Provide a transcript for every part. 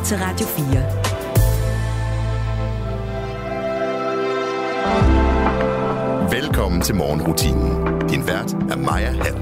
til Radio 4. Velkommen til morgenrutinen. Din vært er Maja Hall.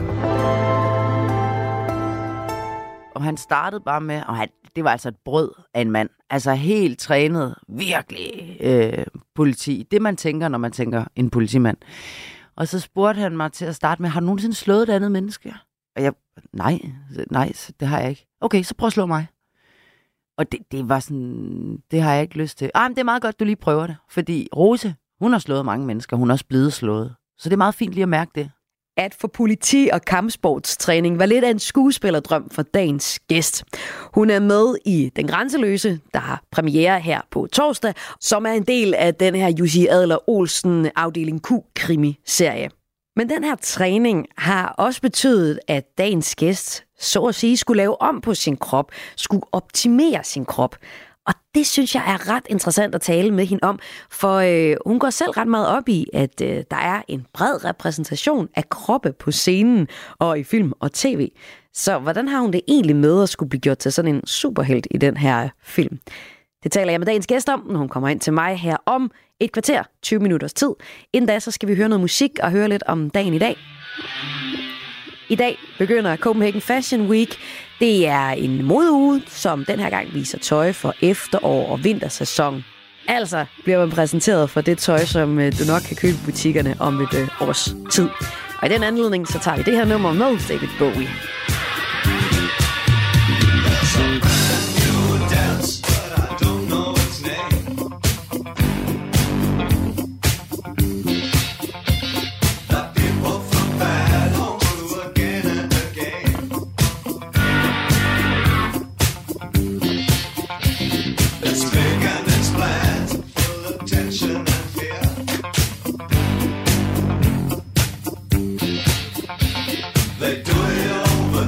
Og han startede bare med, og det var altså et brød af en mand. Altså helt trænet, virkelig politi. Det man tænker, når man tænker en politimand. Og så spurgte han mig til at starte med, har du nogensinde slået et andet menneske? Og jeg, nej, det har jeg ikke. Okay, så prøv at slå mig. Og det var sådan, det har jeg ikke lyst til. Men det er meget godt, du lige prøver det. Fordi Rose, hun har slået mange mennesker, hun er også blevet slået. Så det er meget fint lige at mærke det. At få politi- og kampsportstræning var lidt af en skuespillerdrøm for dagens gæst. Hun er med i Den Grænseløse, der har premiere her på torsdag, som er en del af den her Jussi Adler-Olsen afdeling Q-krimiserie. Men den her træning har også betydet, at dagens gæst, så at sige, skulle lave om på sin krop, skulle optimere sin krop. Og det synes jeg er ret interessant at tale med hende om, for hun går selv ret meget op i, at der er en bred repræsentation af kroppe på scenen og i film og tv. Så hvordan har hun det egentlig med at skulle blive gjort til sådan en superhelt i den her film? Det taler jeg med dagens gæst om, når hun kommer ind til mig her om et kvarter, 20 minutters tid. Inden da, så skal vi høre noget musik og høre lidt om dagen i dag. I dag begynder Copenhagen Fashion Week. Det er en modeuge, som den her gang viser tøj for efterår og vintersæson. Altså bliver man præsenteret for det tøj, som du nok kan købe i butikkerne om et års tid. Og i den anledning, så tager vi det her nummer med David Bowie. They do it over.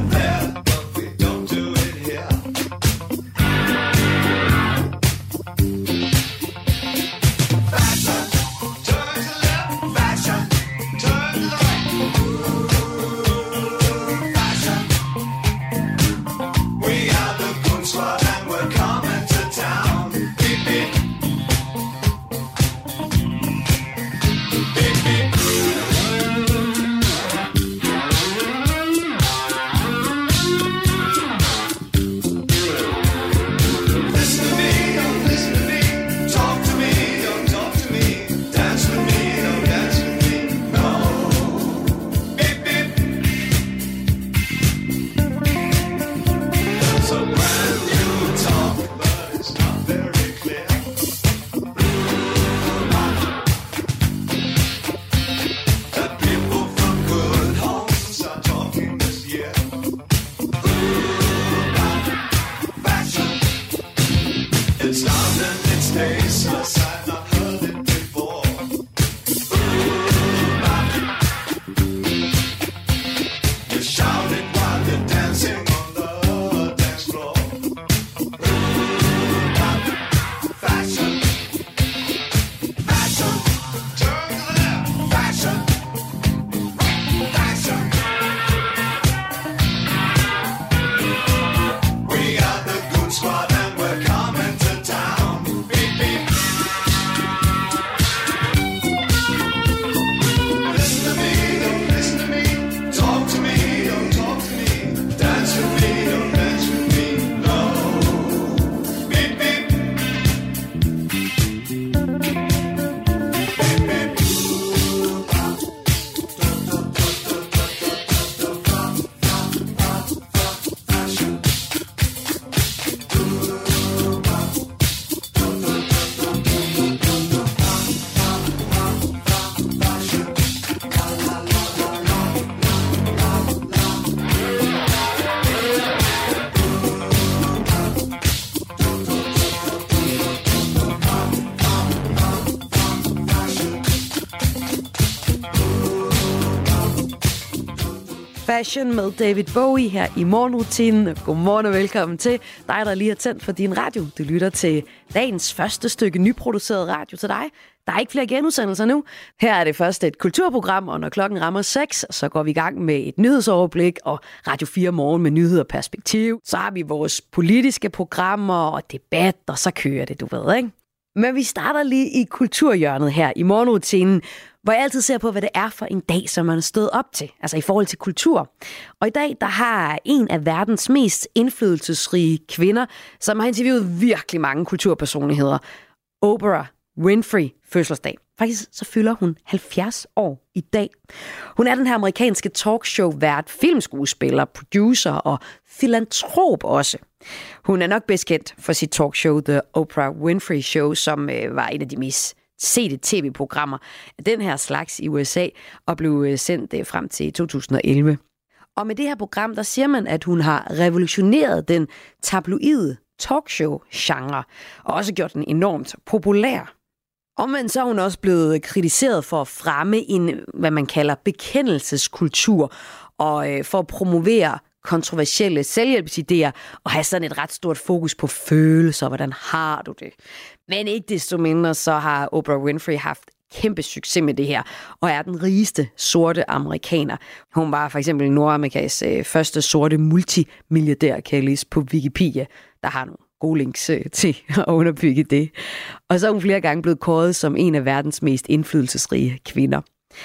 Passion med David Bowie her i morgenrutinen. Godmorgen og velkommen til dig, der lige har tændt for din radio. Du lytter til dagens første stykke nyproduceret radio til dig. Der er ikke flere genudsendelser nu. Her er det først et kulturprogram, og når klokken rammer 6, så går vi i gang med et nyhedsoverblik og Radio 4 Morgen med nyheder og perspektiv. Så har vi vores politiske programmer og debat, og så kører det, du ved, ikke? Men vi starter lige i kulturhjørnet her i morgenrutinen, hvor jeg altid ser på, hvad det er for en dag, som man er stået op til, altså i forhold til kultur. Og i dag, der har en af verdens mest indflydelsesrige kvinder, som har interviewet virkelig mange kulturpersonligheder, Oprah Winfrey, fødselsdag. Faktisk så fylder hun 70 år i dag. Hun er den her amerikanske talkshow-vært, filmskuespiller, producer og filantrop også. Hun er nok bedst kendt for sit talkshow The Oprah Winfrey Show, som var et af de mest sete tv-programmer af den her slags i USA og blev sendt frem til 2011. Og med det her program, der siger man, at hun har revolutioneret den tabloide talkshow-genre og også gjort den enormt populær. Omvendt så er hun også blevet kritiseret for at fremme en, hvad man kalder bekendelseskultur og for at promovere kontroversielle selvhjælpsidéer og have sådan et ret stort fokus på følelser, hvordan har du det? Men ikke desto mindre så har Oprah Winfrey haft kæmpe succes med det her, og er den rigeste sorte amerikaner. Hun var for eksempel Nordamerikas første sorte multimilliardær, kan jeg læse på Wikipedia. Der har nogle gode links til at underbygge det. Og så er hun flere gange blevet kåret som en af verdens mest indflydelsesrige kvinder.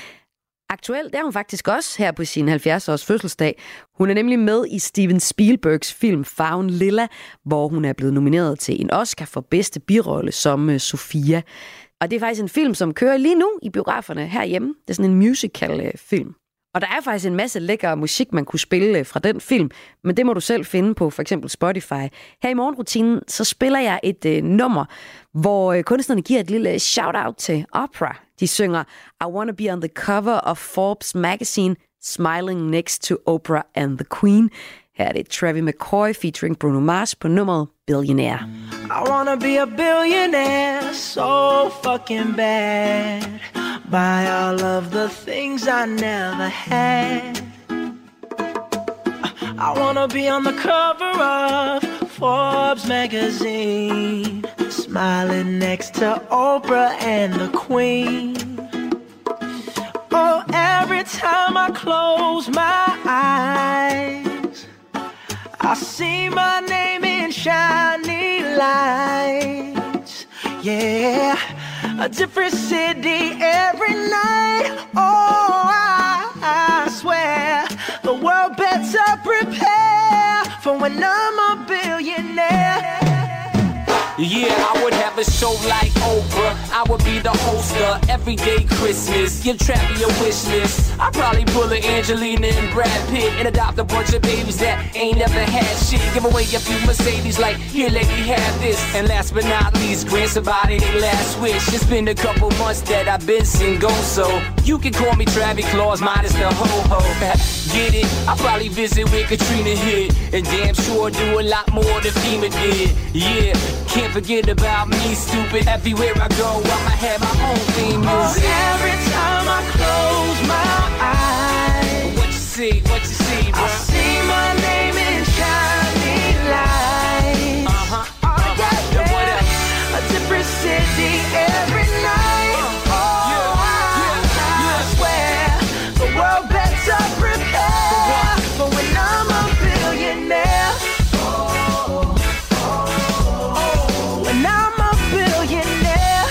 Aktuelt er hun faktisk også her på sin 70-års fødselsdag. Hun er nemlig med i Steven Spielbergs film Found Lilla, hvor hun er blevet nomineret til en Oscar for bedste birolle som Sofia. Og det er faktisk en film, som kører lige nu i biograferne herhjemme. Det er sådan en musical-film. Og der er faktisk en masse lækker musik, man kunne spille fra den film, men det må du selv finde på for eksempel Spotify. Her i morgenrutinen, så spiller jeg et nummer, hvor kunstnerne giver et lille shout-out til Oprah. De synger I Wanna Be on the Cover of Forbes Magazine, Smiling Next to Oprah and the Queen. Her er det Travis McCoy featuring Bruno Mars på nummeret Billionaire. I wanna be a billionaire so fucking bad. Buy all of the things I never had. I wanna be on the cover of Forbes magazine, smiling next to Oprah and the Queen. Oh, every time I close my eyes, I see my name in shiny lights. Yeah, a different city every night. Oh, I swear the world better prepare for when I'm a billionaire. Yeah, I would have a show like Oprah. I would be the host of Everyday Christmas. Give Travis a wish list. I'd probably pull a Angelina and Brad Pitt and adopt a bunch of babies that ain't never had shit. Give away a few Mercedes like, here lady, have this. And last but not least, grant somebody their last wish. It's been a couple months that I've been single, so you can call me Travis Claus minus the ho-ho. Get it? I'll probably visit where Katrina hit, and damn sure do a lot more than FEMA did. Yeah, can't forget about me, stupid. Everywhere I go, I'ma have my own theme music. Oh, every time I close my eyes, What you see, bro? I see my name in shiny lights. Oh, yeah, What else? a different city every night. I swear the world better prepare for when I'm a billionaire. When I'm a billionaire.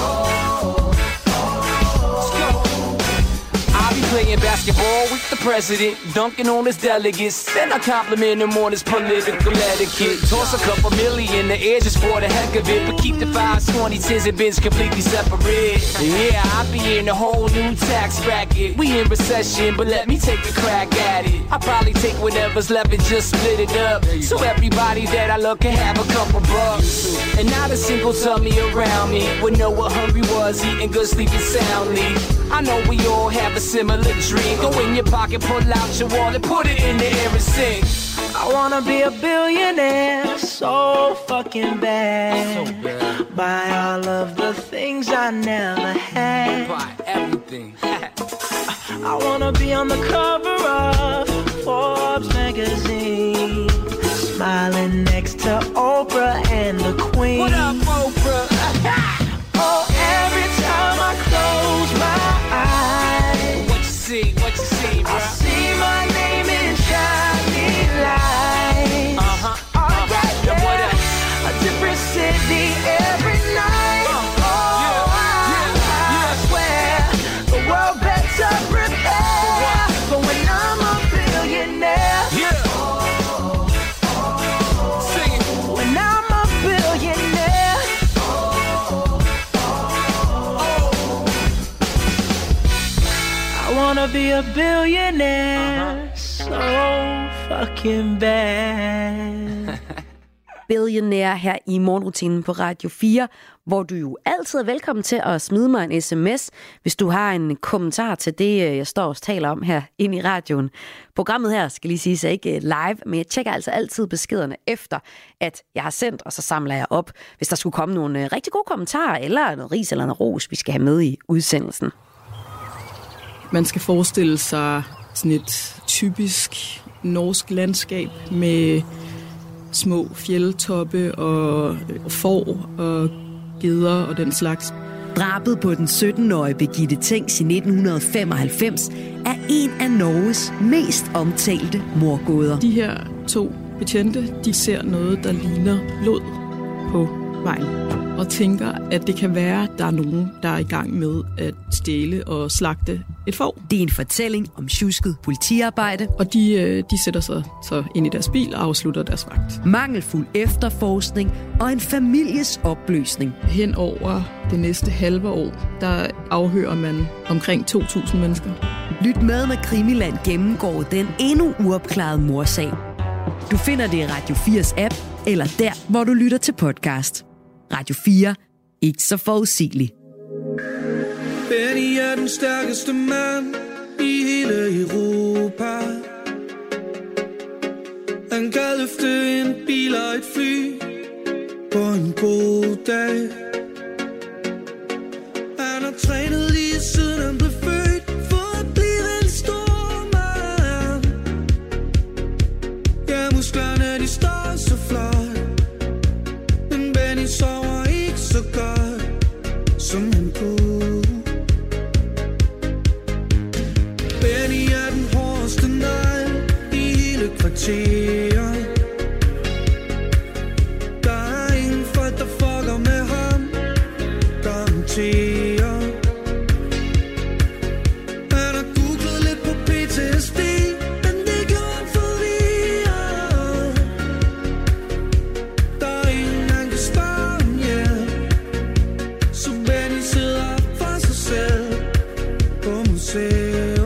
I'll be playing basketball with the president, dunking on his delegates. Then I compliment him on his political etiquette. Toss a couple million, the air just for the heck of it. But keep the 5s, 20s, 10s, and bins completely separate. Yeah, I'll be in a whole new tax bracket. We in recession, but let me take a crack at it. I'll probably take whatever's left and just split it up, so everybody that I love can have a couple bucks. And not a single tummy around me would know what hungry was, eating good, sleeping soundly. I know we all have a similar dream. Go in your pocket, pull out your wallet, put it in the air and sing. I wanna be a billionaire so fucking bad. Buy all of the things I never had. Buy everything. I wanna be on the cover of Forbes magazine, smiling next to Oprah and the Queen. What up, Oprah? Oh, every time I close my eyes, What you see, bro? I see my name in shining lights. Oh, yeah, What up? a different city every night. I swear the world better prepare for when I'm a billionaire. Yeah. Sing it. When I'm a billionaire. I wanna be a billionaire so fucking bad. Billionaire her i morgenrutinen på Radio 4, hvor du jo altid er velkommen til at smide mig en sms, hvis du har en kommentar til det, jeg står og taler om her inde i radioen. Programmet her, skal lige sige, er ikke live, men jeg tjekker altså altid beskederne efter, at jeg har sendt, og så samler jeg op, hvis der skulle komme nogle rigtig gode kommentarer, eller noget ris eller noget ros, vi skal have med i udsendelsen. Man skal forestille sig sådan et typisk norsk landskab med små fjeldtoppe og får og geder og den slags. Drabet på den 17-årige Birgitte Tengs i 1995 er en af Norges mest omtalte mordgåder. De her 2 betjente, de ser noget, der ligner blod på vejen, og tænker, at det kan være, at der er nogen, der er i gang med at stjæle og slagte et får. Det er en fortælling om sjusket politiarbejde Og de sætter sig så ind i deres bil og afslutter deres vagt. mangelfuld efterforskning og en families opløsning. Hen over det næste halve år, der afhører man omkring 2.000 mennesker. Lyt med, når Krimiland gennemgår den endnu uopklarede mordsag. Du finder det i Radio 4's app, eller der, hvor du lytter til podcast. Radio 4. Ikke så forudsigeligt. Benny er den stærkeste mand i hele Europa. Han kan løfte en bil og et fly på en god dag. Han har trænet lige siden han blev født for at blive en stor mand. Ja, musklerne de står så flot, men Benny sover ikke så godt, som han kunne. Benny er den hårdeste negl i hele kvarteret. Der er ingen folk, der fucker med ham, garanterer. Han har googlet lidt på PTSD, men det gjorde ham forvirret. Der er ingen, han kan spørge om hjælp, så Benny sidder for sig selv på museum.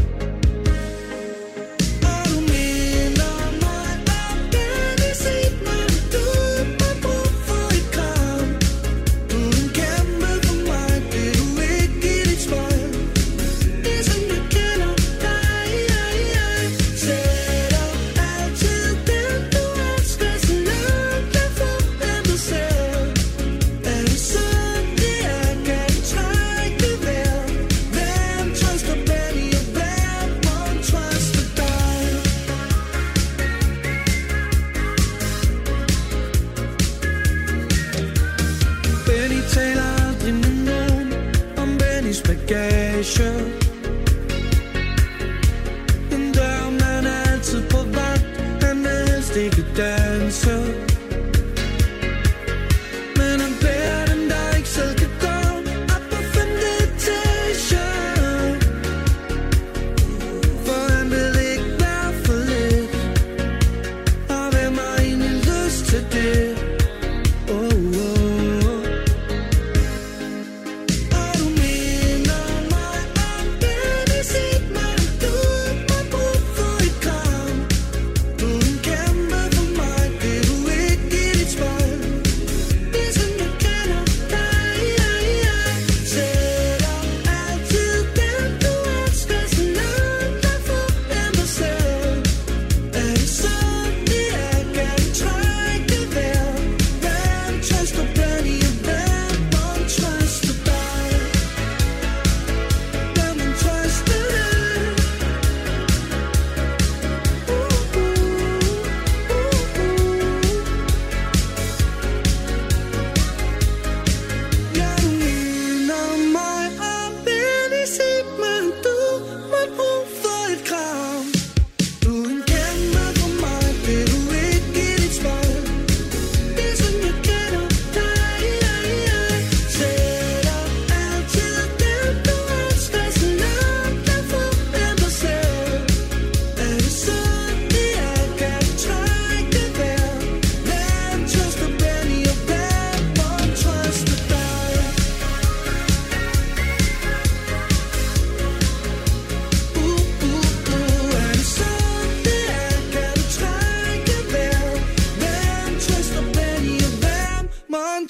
Og du minder mig om Benny Seidman. Du har brug for et kram. Du er en kæmpe for mig, det du ikke i dit spejl. Ligesom jeg kender dig, sætter altid den du elsker, så langt jeg får af dig selv. Er det sådan det er, kan du trække det vel? Hvem trøster Benny, og hvem må trøste dig? Benny taler aldrig med nogen om Bennys bagage. Den dør, man er altid på vagt, han vil helst ikke danse. Men han bærer den, der ikke selv kan gå op på 5. etage. For han vil ikke være for lidt, og hvem har egentlig lyst til det? Oh, oh. Og du minder mig om Benny Seidman. Du har brug for et kram. Du er en kæmpe for mig, det du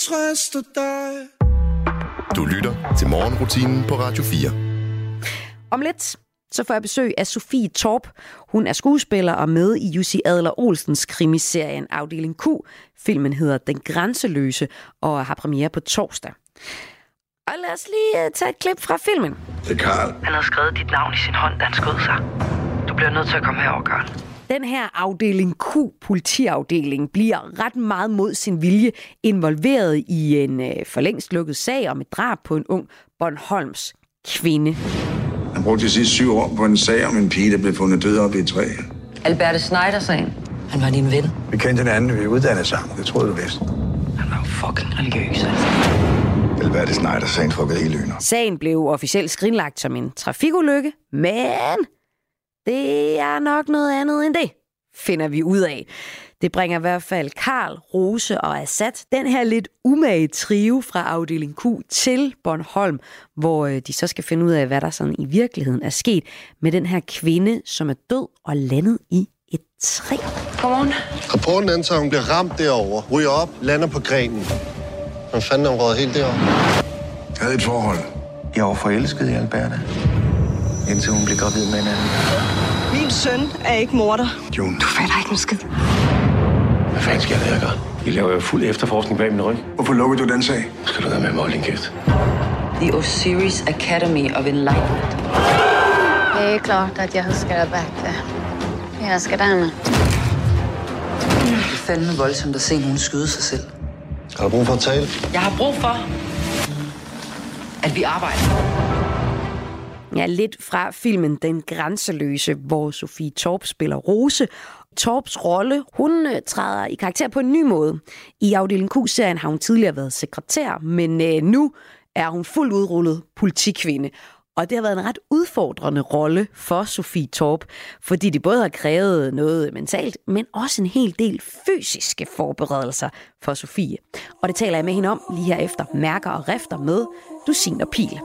trøster dig. Du lytter til morgenrutinen på Radio 4. Om lidt så får jeg besøg af Sofie Torp. Hun er skuespiller og med i Jussi Adler-Olsens krimiserien Afdeling Q. Filmen hedder Den Grænseløse og har premiere på torsdag. Og lad os lige tage et klip fra filmen. Det er Karl. Han havde skrevet dit navn i sin hånd, da han skød sig. Du bliver nødt til at komme herover, Karl. Den her Afdeling Q, politiafdeling, bliver ret meget mod sin vilje involveret i en for længst lukket sag om et drab på en ung Bornholms kvinde. Han brugte de sidste 7 år på en sag om en pige, der blev fundet død oppe i et træ. Alberte Schneider-sagen. Han var din ven. Vi kendte hinanden, vi uddannede sammen. Det troede du vidste. Han var jo fucking religiøs, altså. Alberte Schneider-sagen fuckede hele øen. Sagen blev officielt skrinlagt som en trafikulykke, men det er nok noget andet end det, finder vi ud af. Det bringer i hvert fald Karl, Rose og Assad, den her lidt umage trio fra Afdeling Q til Bornholm, hvor de så skal finde ud af, hvad der sådan i virkeligheden er sket med den her kvinde, som er død og landet i et træ. Godmorgen. Rapporten antager, hun bliver ramt derovre, ryger op, lander på grenen. Hvor fanden er hun røget helt derovre? Jeg havde et forhold. Jeg var forelsket i Alberte, indtil hun blev gravid med en anden. Min søn er ikke morder. June. Du fatter ikke en skid. Hvad fanden skal jeg gøre? I laver jo fuld efterforskning bag min ryg. Hvorfor lukkede du den sag? Skal du være med mig, Olin Kæft? The Osiris Academy of Enlightenment. Det är klart att jag älskar Alberte. Jag älskar henne. Det er fandme voldsomt at se nogen skyde sig selv. Har du brug for at tale? Jeg har brug for, at vi arbejder. Ja, lidt fra filmen Den Grænseløse, hvor Sofie Torp spiller Rose. Torps rolle, hun træder i karakter på en ny måde. I Afdeling Q-serien har hun tidligere været sekretær, men nu er hun fuldt udrullet politikvinde. Og det har været en ret udfordrende rolle for Sofie Torp, fordi de både har krævet noget mentalt, men også en hel del fysiske forberedelser for Sofie. Og det taler jeg med hende om lige her efter Mærker og Rifter med Dusin og Pil.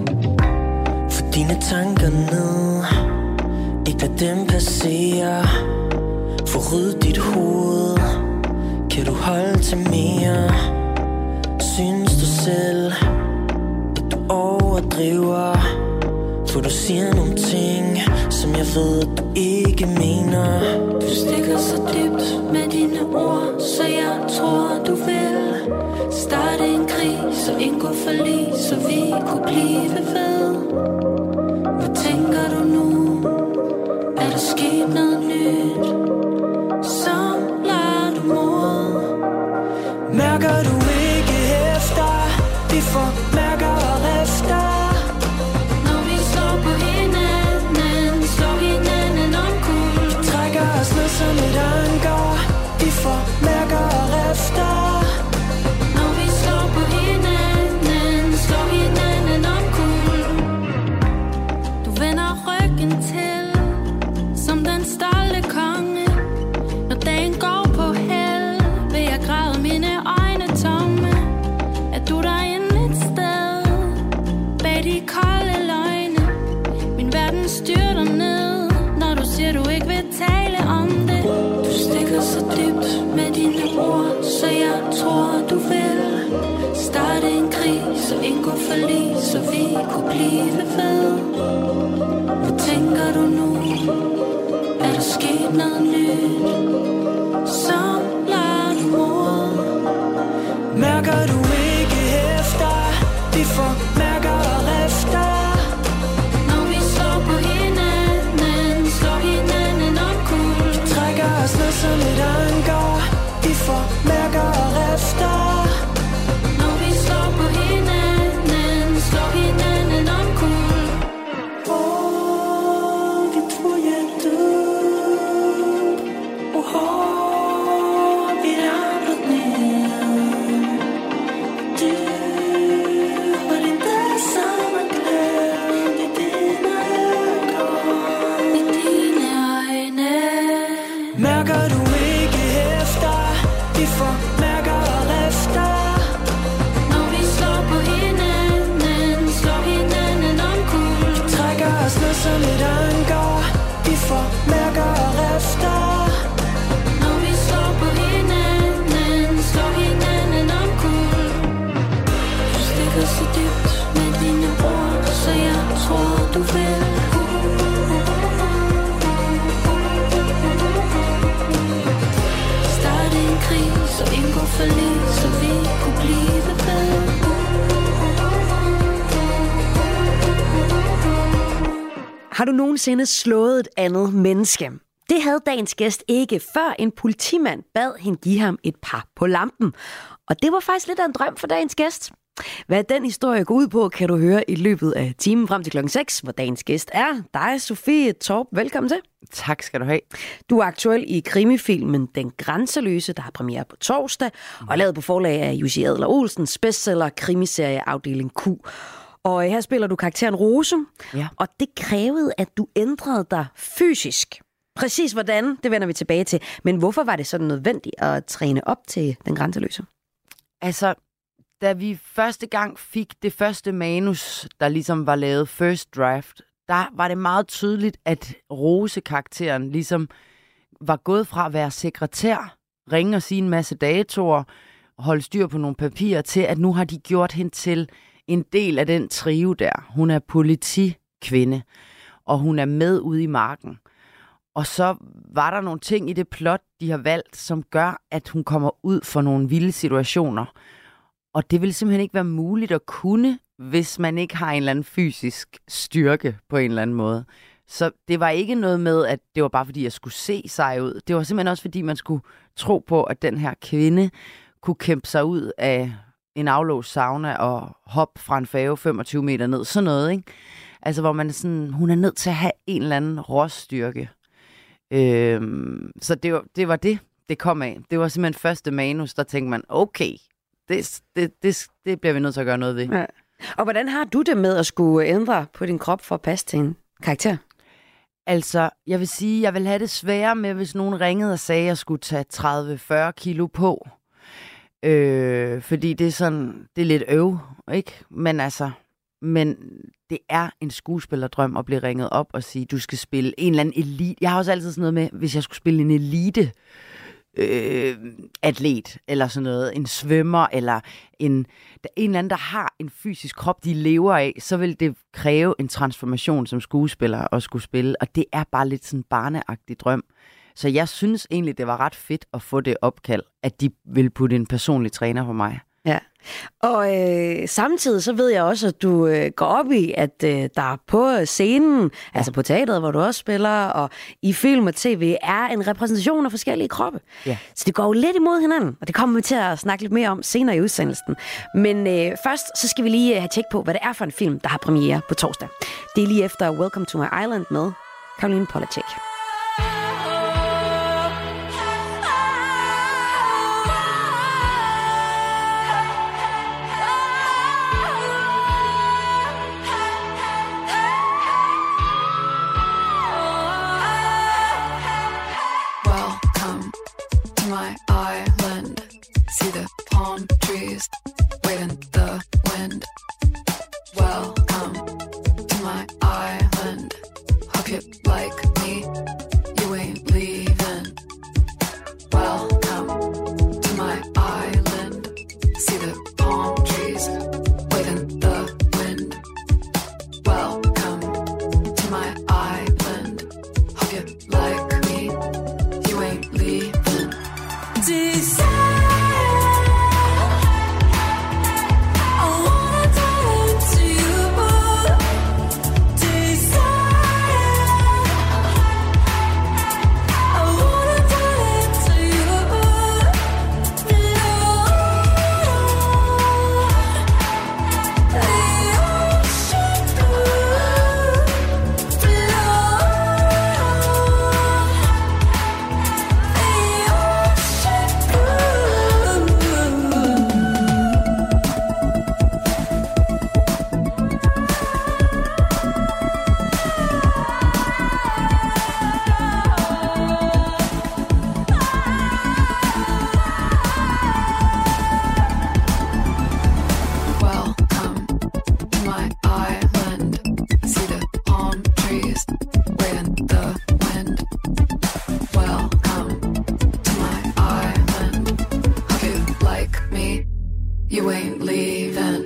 For dine tanker ned, ikke lad dem passere. Forryd dit hoved, kan du holde til mere? Synes du selv, at du overdriver? For du siger nogle ting, som jeg ved, at du ikke mener. Du stikker så dybt med dine ord, så jeg tror, du vil starte en krig, så indgå forlig, så vi kunne blive ved. Hvad tænker du nu? Er der sket noget nyt? Som lader du mod? Mærker du ikke efter? Vi får mærker og rifter. Når vi slår på hinanden, slår hinanden omkuld. Vi trækker os ned som et anker. Vi får mærker og rifter. Når vi slår på hinanden, slår hinanden omkuld. Du vender ryggen til, som den stolte konge. Når dagen går på held, vil jeg græde mine øjne tomme. Er du derinde et sted, bag de kolde løgne? Min verden styrter ned, når du siger, du ikke vil tale om det. Du stikker så dybt med dine ord, så jeg tror, du vil starte en krig, så indgå forlig, så vi kunne blive ved. Hvad tænker du nu? Er der sket noget nyt? Som lader du mod? Mærker du ikke efter? Vi får mærker og rifter. Når vi slår på hinanden, slår hinanden omkuld. Vi trækker os ned som et anker. Vi får mærker og rifter. Når vi slår på hinanden, slår hinanden omkuld. Vi tvoje du. krig, så indgå forlig, så vi kunne blive ved. Har du nogensinde slået et andet menneske? Det havde dagens gæst ikke, før en politimand bad hende give ham et par på lampen. Og det var faktisk lidt af en drøm for dagens gæst. Hvad den historie går ud på, kan du høre i løbet af timen frem til klokken 6, hvor dagens gæst er dig, Sofie Torp. Velkommen til. Tak skal du have. Du er aktuel i krimifilmen Den Grænseløse, der har premiere på torsdag, og lavet på forlag af Jussi Adler Olsens bestseller krimiserie Afdeling Q. Og her spiller du karakteren Rose, ja. Og det krævede, at du ændrede dig fysisk. Præcis hvordan, det vender vi tilbage til. Men hvorfor var det sådan nødvendigt at træne op til Den Grænseløse? Altså, da vi første gang fik det første manus, der ligesom var lavet first draft, der var det meget tydeligt, at Rose-karakteren ligesom var gået fra at være sekretær, ringe og sige en masse datoer, holde styr på nogle papirer, til at nu har de gjort hende til en del af den trio der. Hun er politikvinde, og hun er med ude i marken. Og så var der nogle ting i det plot, de har valgt, som gør, at hun kommer ud for nogle vilde situationer. Og det vil simpelthen ikke være muligt at kunne, hvis man ikke har en eller anden fysisk styrke på en eller anden måde. Så det var ikke noget med, at det var bare fordi, jeg skulle se sej ud. Det var simpelthen også fordi, man skulle tro på, at den her kvinde kunne kæmpe sig ud af en aflåst sauna og hoppe fra en færge 25 meter ned. Sådan noget, ikke? Altså, hvor man er sådan, hun er nødt til at have en eller anden råstyrke. Så det var det kom af. Det var simpelthen første manus, der tænkte man, okay, det bliver vi nødt til at gøre noget ved. Ja. Og hvordan har du det med at skulle ændre på din krop for at passe til en karakter? Altså, jeg vil sige, jeg vil have det sværere med, hvis nogen ringede og sagde, at jeg skulle tage 30-40 kilo på. Fordi det er sådan, det er lidt ikke? Men det er en skuespillerdrøm at blive ringet op og sige, du skal spille en eller anden elite. Jeg har også altid sådan noget med, hvis jeg skulle spille en elite atlet, eller sådan noget, en svømmer, eller en eller anden, der har en fysisk krop, de lever af, så vil det kræve en transformation som skuespiller at skulle spille, og det er bare lidt sådan en barneagtig drøm. Så jeg synes egentlig, det var ret fedt at få det opkald, at de ville putte en personlig træner på mig. Ja, og samtidig så ved jeg også, at du går op i, at der på scenen, altså på teateret, hvor du også spiller, og i film og tv, er en repræsentation af forskellige kroppe. Ja. Så det går jo lidt imod hinanden, og det kommer vi til at snakke lidt mere om senere i udsendelsen. Men først så skal vi lige have tjek på, hvad det er for en film, der har premiere på torsdag. Det er lige efter Welcome to My Island med Caroline Polachek. My island, see the palm trees, wait in the wind. Welcome to my island, hope you like me, you ain't leaving. Welcome to my island, see the palm trees, wait in the wind. Welcome to my island, hope you like me, you ain't leaving. You ain't leaving.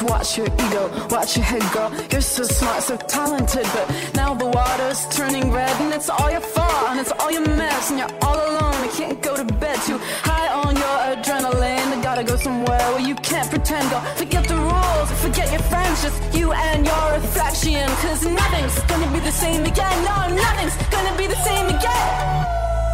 watch your ego, watch your head go. You're so smart, so talented, but now the water's turning red, and it's all your fault, and it's all your mess, and you're all alone. You can't go to bed, too high on your adrenaline. You gotta go somewhere where you can't pretend. Go forget the rules, forget your friends, just you and your reflection. 'Cause nothing's gonna be the same again. No, nothing's gonna be the same again.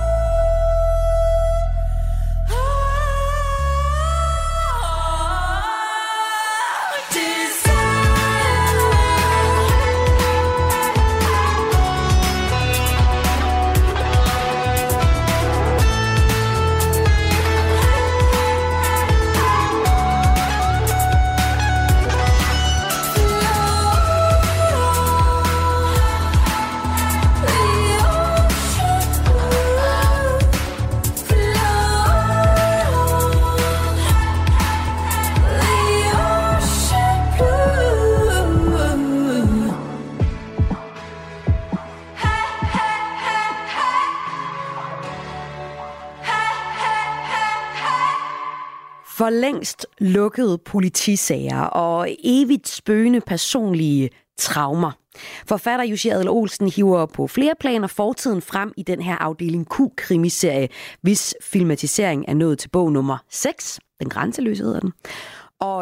For længst lukkede politisager og evigt spøgende personlige traumer. Forfatter Jussi Adler-Olsen hiver på flere planer fortiden frem i den her afdeling Q-krimiserie, hvis filmatisering er nået til bog nummer 6. Den grænseløse hedder den. Og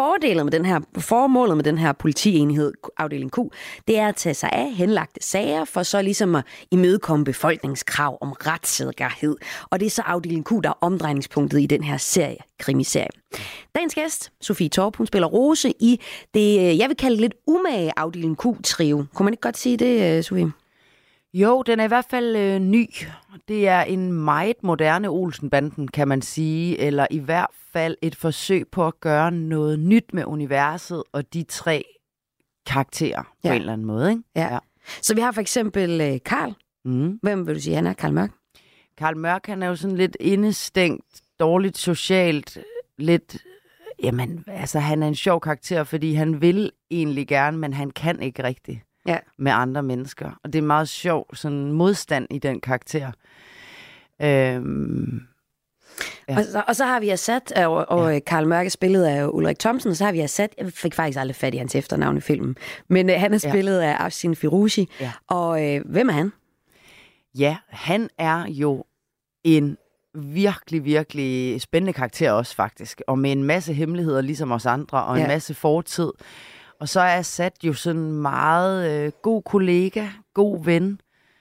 formålet med den her politienhed, afdeling Q, det er at tage sig af henlagte sager, for så ligesom at imødekomme befolkningskrav om retssikkerhed. Og det er så afdeling Q, der er omdrejningspunktet i den her krimiserie. Dagens gæst, Sofie Torp, hun spiller Rose i det, jeg vil kalde lidt umage afdeling Q-trio. Kunne man ikke godt sige det, Sofie? Jo, den er i hvert fald ny. Det er en meget moderne Olsen-banden, kan man sige, eller i hvert fald et forsøg på at gøre noget nyt med universet og de 3 karakterer på en eller anden måde, ikke? Ja. Så vi har for eksempel Karl. Hvem vil du sige, han er? Karl Mørk? Karl Mørk, han er jo sådan lidt indestængt, dårligt socialt, lidt... Jamen, altså han er en sjov karakter, fordi han vil egentlig gerne, men han kan ikke rigtigt. Ja. Med andre mennesker. Og det er meget sjov sådan modstand i den karakter. Ja. Og så har vi Assad, og Karl Mørke spillet af Ulrik Thomsen, og så har vi Assad, jeg fik faktisk aldrig fat i hans efternavn i filmen, men han er spillet af Afshin Firouzi. Ja. Og hvem er han? Ja, han er jo en virkelig, virkelig spændende karakter også faktisk, og med en masse hemmeligheder ligesom os andre, og en masse fortid. Og så er Assad jo sådan meget god kollega, god ven.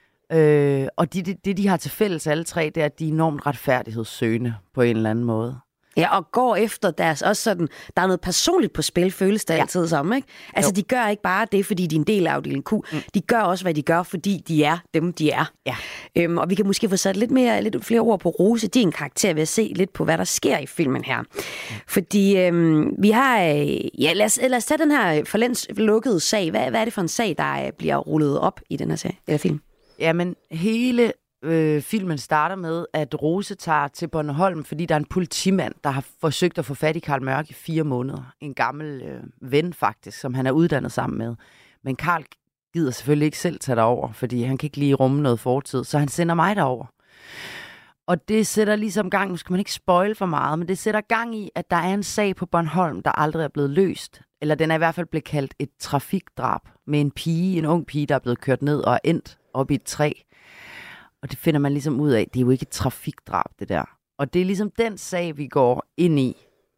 Og det, de har til fælles alle 3, det er, at de er enormt retfærdighedssøgende på en eller anden måde. Ja, og går efter deres også sådan, der er noget personligt på spil, føles det altid som, ikke? Altså, de gør ikke bare det, fordi de er en del af afdeling Q. De gør også, hvad de gør, fordi de er dem, de er. Ja. Og vi kan måske få sat lidt flere ord på Rose. De er en karakter ved at se lidt på, hvad der sker i filmen her. Fordi vi har... lad os tage den her for længst lukkede sag. Hvad er det for en sag, der bliver rullet op i den her sag, eller film? Jamen, hele filmen starter med, at Rose tager til Bornholm, fordi der er en politimand, der har forsøgt at få fat i Karl Mørk i 4 måneder. En gammel ven faktisk, som han er uddannet sammen med. Men Karl gider selvfølgelig ikke selv tage derover, fordi han kan ikke lige rumme noget fortid, så han sender mig derover. Og det sætter ligesom gang, nu skal man ikke spoil for meget, men det sætter gang i, at der er en sag på Bornholm, der aldrig er blevet løst. Eller den er i hvert fald blevet kaldt et trafikdrab med en ung pige, der er blevet kørt ned og er endt op i et træ. Og det finder man ligesom ud af, det er jo ikke et trafikdrab, det der. Og det er ligesom den sag, vi går ind i,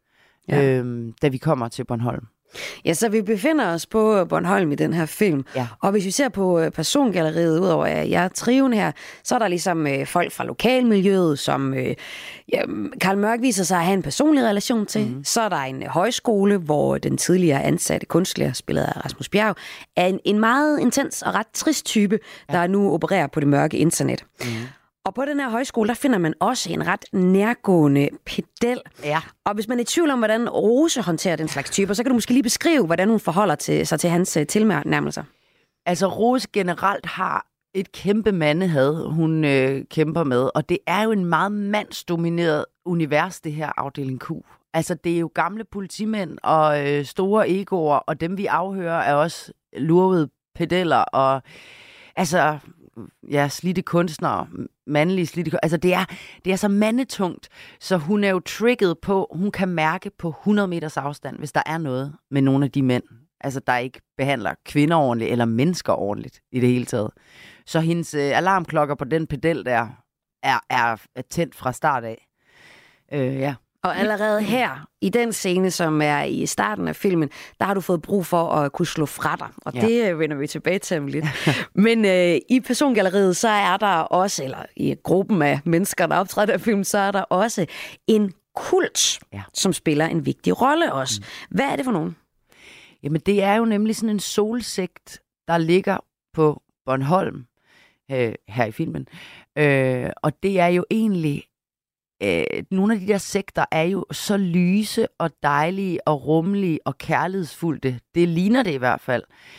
da vi kommer til Bornholm. Ja, så vi befinder os på Bornholm i den her film. Ja. Og hvis vi ser på persongalleriet, udover jeg trioen her, så er der ligesom folk fra lokalmiljøet, som Karl Mørk viser sig at have en personlig relation til. Mm-hmm. Så er der en højskole, hvor den tidligere ansatte kunstlærer, spillet af Rasmus Bjerg, er en meget intens og ret trist type, der nu opererer på det mørke internet. Mm-hmm. Og på den her højskole, der finder man også en ret nærgående pedel. Ja. Og hvis man er i tvivl om, hvordan Rose håndterer den slags typer, så kan du måske lige beskrive, hvordan hun forholder sig til hans tilnærmelser. Altså, Rose generelt har et kæmpe mandehad, hun kæmper med. Og det er jo en meget mandsdomineret univers, det her afdeling Q. Altså, det er jo gamle politimænd og store egoer, og dem vi afhører er også lurvede pedeller. Og altså, slidte kunstnere, mandlige slidte kunstnere. Altså det er så mandetungt, så hun er jo trigget på, hun kan mærke på 100 meters afstand, hvis der er noget med nogle af de mænd, altså der ikke behandler kvinder ordentligt, eller mennesker ordentligt i det hele taget. Så hendes alarmklokker på den pedel der, er tændt fra start af. Ja. Og allerede her, i den scene, som er i starten af filmen, der har du fået brug for at kunne slå fra dig. Og det vender vi tilbage til om lidt. Men i persongalleriet, så er der også, eller i gruppen af mennesker, der optræder af filmen, så er der også en kult, som spiller en vigtig rolle også. Hvad er det for nogen? Jamen, det er jo nemlig sådan en solsekt, der ligger på Bornholm, her i filmen. Og det er jo egentlig... nogle af de der sekter er jo så lyse og dejlige og rummelige og kærlighedsfulde. Det ligner det i hvert fald.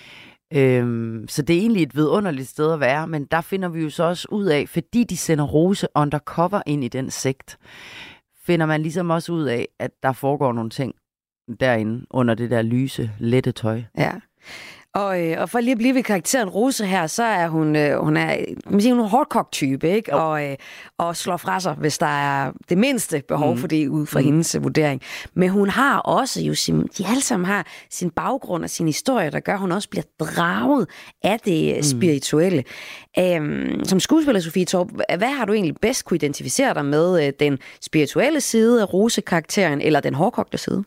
Så det er egentlig et vidunderligt sted at være, men der finder vi jo så også ud af, fordi de sender Rose undercover ind i den sekt, finder man ligesom også ud af, at der foregår nogle ting derinde under det der lyse, lette tøj. Ja. Og for lige at blive ved karakteren Rose her, så er hun er en hårdkogt-type, ikke? Og slår fra sig, hvis der er det mindste behov for det ud fra hendes vurdering. Men hun har også jo de alle sammen har sin baggrund og sin historie, der gør, at hun også bliver draget af det spirituelle. Som skuespiller, Sofie Torp, hvad har du egentlig bedst kunne identificere dig med? Den spirituelle side af Rose-karakteren, eller den hårdkogte side?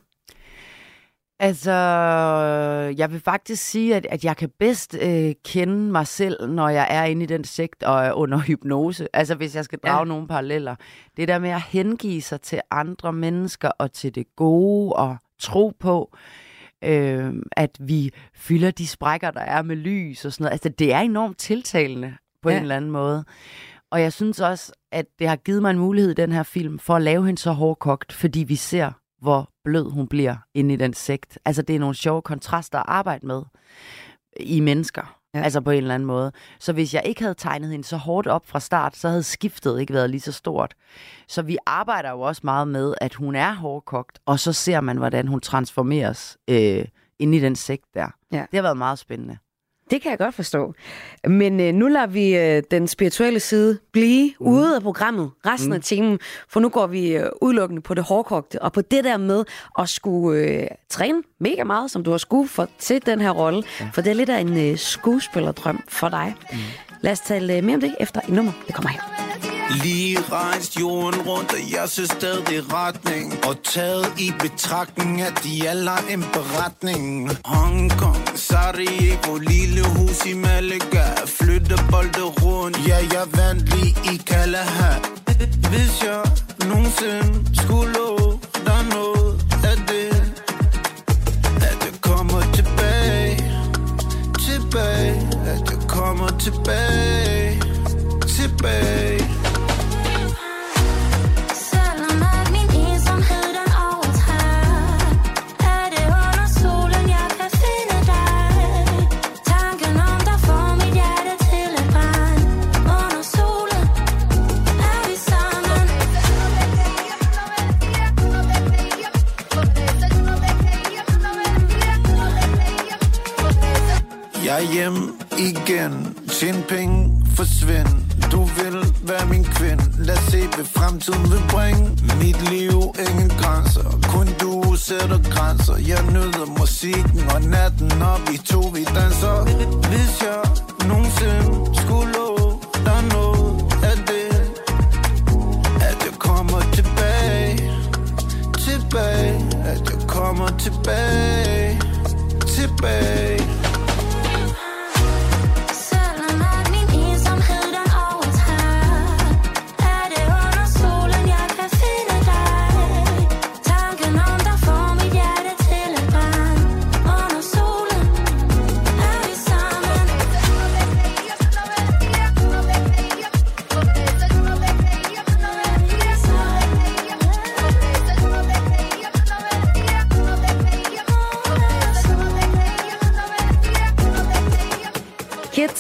Altså, jeg vil faktisk sige, at jeg kan bedst kende mig selv, når jeg er inde i den sekt og er under hypnose. Altså, hvis jeg skal drage nogle paralleller. Det der med at hengive sig til andre mennesker og til det gode og tro på, at vi fylder de sprækker, der er med lys og sådan noget. Altså, det er enormt tiltalende på en eller anden måde. Og jeg synes også, at det har givet mig en mulighed i den her film for at lave hende så hårdkogt, fordi vi ser, hvor blød hun bliver inde i den sekt. Altså, det er nogle sjove kontraster at arbejde med i mennesker. Altså på en eller anden måde. Så hvis jeg ikke havde tegnet hende så hårdt op fra start, så havde skiftet ikke været lige så stort. Så vi arbejder jo også meget med, at hun er hårdkogt, og så ser man, hvordan hun transformeres inde i den sekt der. Ja. Det har været meget spændende. Det kan jeg godt forstå. Men nu lader vi den spirituelle side blive ude af programmet resten af timen, for nu går vi udelukkende på det hårdkogte, og på det der med at skulle træne mega meget, som du har skulle for til den her rolle, for det er lidt af en skuespillerdrøm for dig. Lad os tale mere om det efter et nummer. Det kommer her. Lige rejst jorden rundt, og jeg ser stadig retning. Og taget i betragtning, at de alle har en beretning. Hongkong, Sarajevo, lille hus i Malaga. Flytter bolde rundt, ja, jeg vandt lige i Kalahar. Hvis jeg nogensinde skulle love dig noget af det, at jeg kommer tilbage, at jeg kommer tilbage. Selvom at min ensomhed den overtager, er det under solen jeg kan finde dig. Tanken om dig får mit hjerte til at brænde. Under solen er vi sammen. Jeg er hjemme igen, tjene penge, forsvind. Du vil være min kvinde. Lad os se, hvad fremtiden vil bringe. Mit liv, ingen grænser. Kun du sætter grænser. Jeg nyder musikken og natten, og vi to, vi danser. Hvis jeg nogensinde skulle love dig noget af det, at jeg kommer tilbage. At jeg kommer tilbage.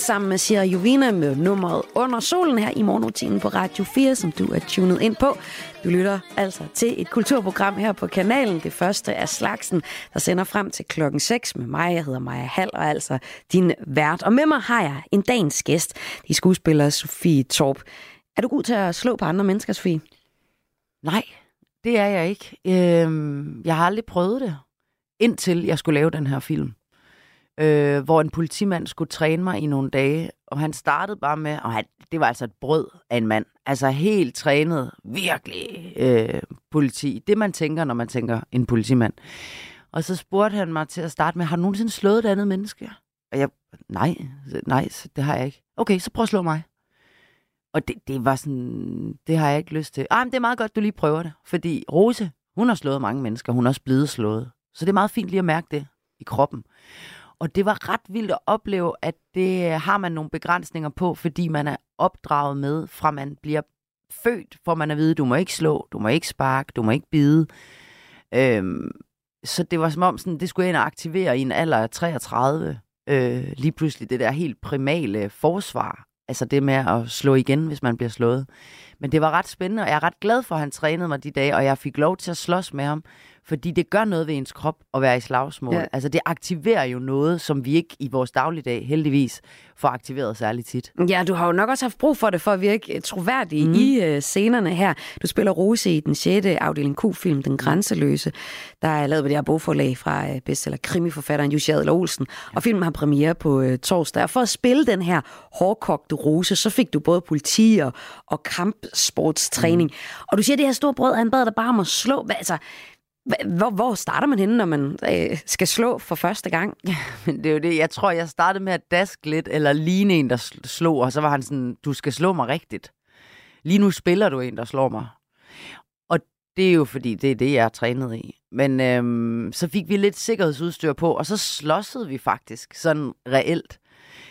sammen med Sierra Jovina med nummeret Under solen her i morgenrutinen på Radio 4, som du er tunet ind på. Du lytter altså til et kulturprogram her på kanalen, det første af slagsen, der sender frem til klokken 6 med mig. Jeg hedder Maja Hall og altså din vært. Og med mig har jeg en dagens gæst, det er skuespiller Sofie Torp. Er du god til at slå på andre mennesker, Sofie? Nej, det er jeg ikke. Jeg har aldrig prøvet det, indtil jeg skulle lave den her film. Hvor en politimand skulle træne mig i nogle dage, og han startede bare med, og det var altså et brød af en mand, altså helt trænet, virkelig politi. Det man tænker, når man tænker en politimand. Og så spurgte han mig til at starte med, har du nogensinde slået et andet menneske? Og jeg, nej, det har jeg ikke. Okay, så prøv at slå mig. Og det var sådan, det har jeg ikke lyst til. Men det er meget godt, du lige prøver det. Fordi Rose, hun har slået mange mennesker, hun er også blevet slået. Så det er meget fint lige at mærke det i kroppen. Og det var ret vildt at opleve, at det har man nogle begrænsninger på, fordi man er opdraget med, fra man bliver født, for man at vide, du må ikke slå, du må ikke sparke, du må ikke bide. Så det var som om, sådan, det skulle jeg ind og aktivere i en alder af 33. Lige pludselig det der helt primale forsvar. Altså det med at slå igen, hvis man bliver slået. Men det var ret spændende, og jeg er ret glad for, at han trænede mig de dage, og jeg fik lov til at slås med ham, fordi det gør noget ved ens krop at være i slagsmål. Ja. Altså det aktiverer jo noget, som vi ikke i vores dagligdag heldigvis får aktiveret særligt tit. Ja, du har jo nok også haft brug for det, for at virke troværdig i scenerne her. Du spiller Rose i den 6. afdeling Q-film, Den Grænseløse, der er lavet ved det her bogforlag fra bestseller krimiforfatteren Jussi Adler Olsen, og filmen har premiere på torsdag. Og for at spille den her hårdkogte Rose, så fik du både politi og kampsportstræning. Og du siger, at det her store brød, han bad dig bare om at slå. Altså, hvor starter man henne, når man skal slå for første gang? Det er jo det. Jeg tror, jeg startede med at daske lidt, eller ligne en, der slog, og så var han sådan, du skal slå mig rigtigt. Lige nu spiller du en, der slår mig. Og det er jo fordi, det er det, jeg er trænet i. Men så fik vi lidt sikkerhedsudstyr på, og så slåssede vi faktisk sådan reelt.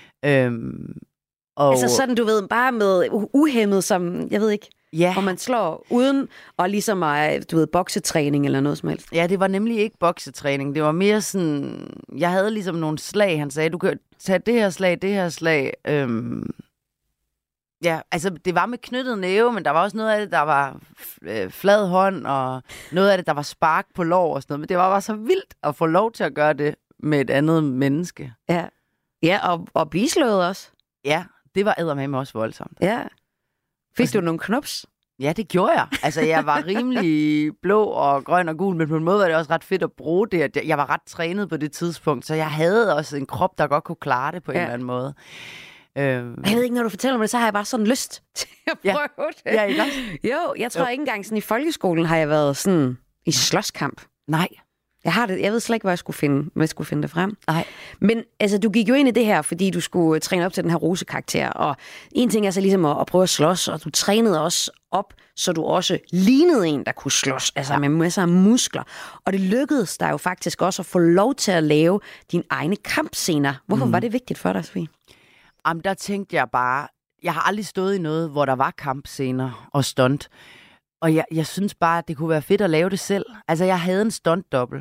Altså sådan, du ved, bare med uhæmmet, som, jeg ved ikke, hvor man slår uden og ligesom, du ved, boksetræning eller noget som helst. Ja, det var nemlig ikke boksetræning. Det var mere sådan, jeg havde ligesom nogle slag, han sagde, du kan tage det her slag. Ja, altså det var med knyttet næve, men der var også noget af det, der var flad hånd, og noget af det, der var spark på lår og sådan noget. Men det var bare så vildt at få lov til at gøre det med et andet menneske. Ja, og blive slået også. Ja, det var eddermame også voldsomt. Ja. Fik du nogle knops? Ja, det gjorde jeg. Altså, jeg var rimelig blå og grøn og gul, men på en måde var det også ret fedt at bruge det. Jeg var ret trænet på det tidspunkt, så jeg havde også en krop, der godt kunne klare det på en eller anden måde. Jeg ved ikke, når du fortæller mig det, så har jeg bare sådan lyst til at prøve det. Ja, ikke også? Jo, jeg tror ikke engang sådan i folkeskolen har jeg været sådan i slåskamp. Nej. Jeg ved slet ikke, hvor jeg skulle finde det frem. Nej. Men altså, du gik jo ind i det her, fordi du skulle træne op til den her Rose-karakter. Og en ting er så ligesom at prøve at slås, og du trænede også op, så du også lignede en, der kunne slås. Altså med masser af muskler. Og det lykkedes dig jo faktisk også at få lov til at lave dine egne kampscener. Hvorfor var det vigtigt for dig, Sofie? Jamen, der tænkte jeg bare, jeg har aldrig stået i noget, hvor der var kampscener og stunt. Og jeg synes bare, at det kunne være fedt at lave det selv. Altså, jeg havde en stuntdobbel.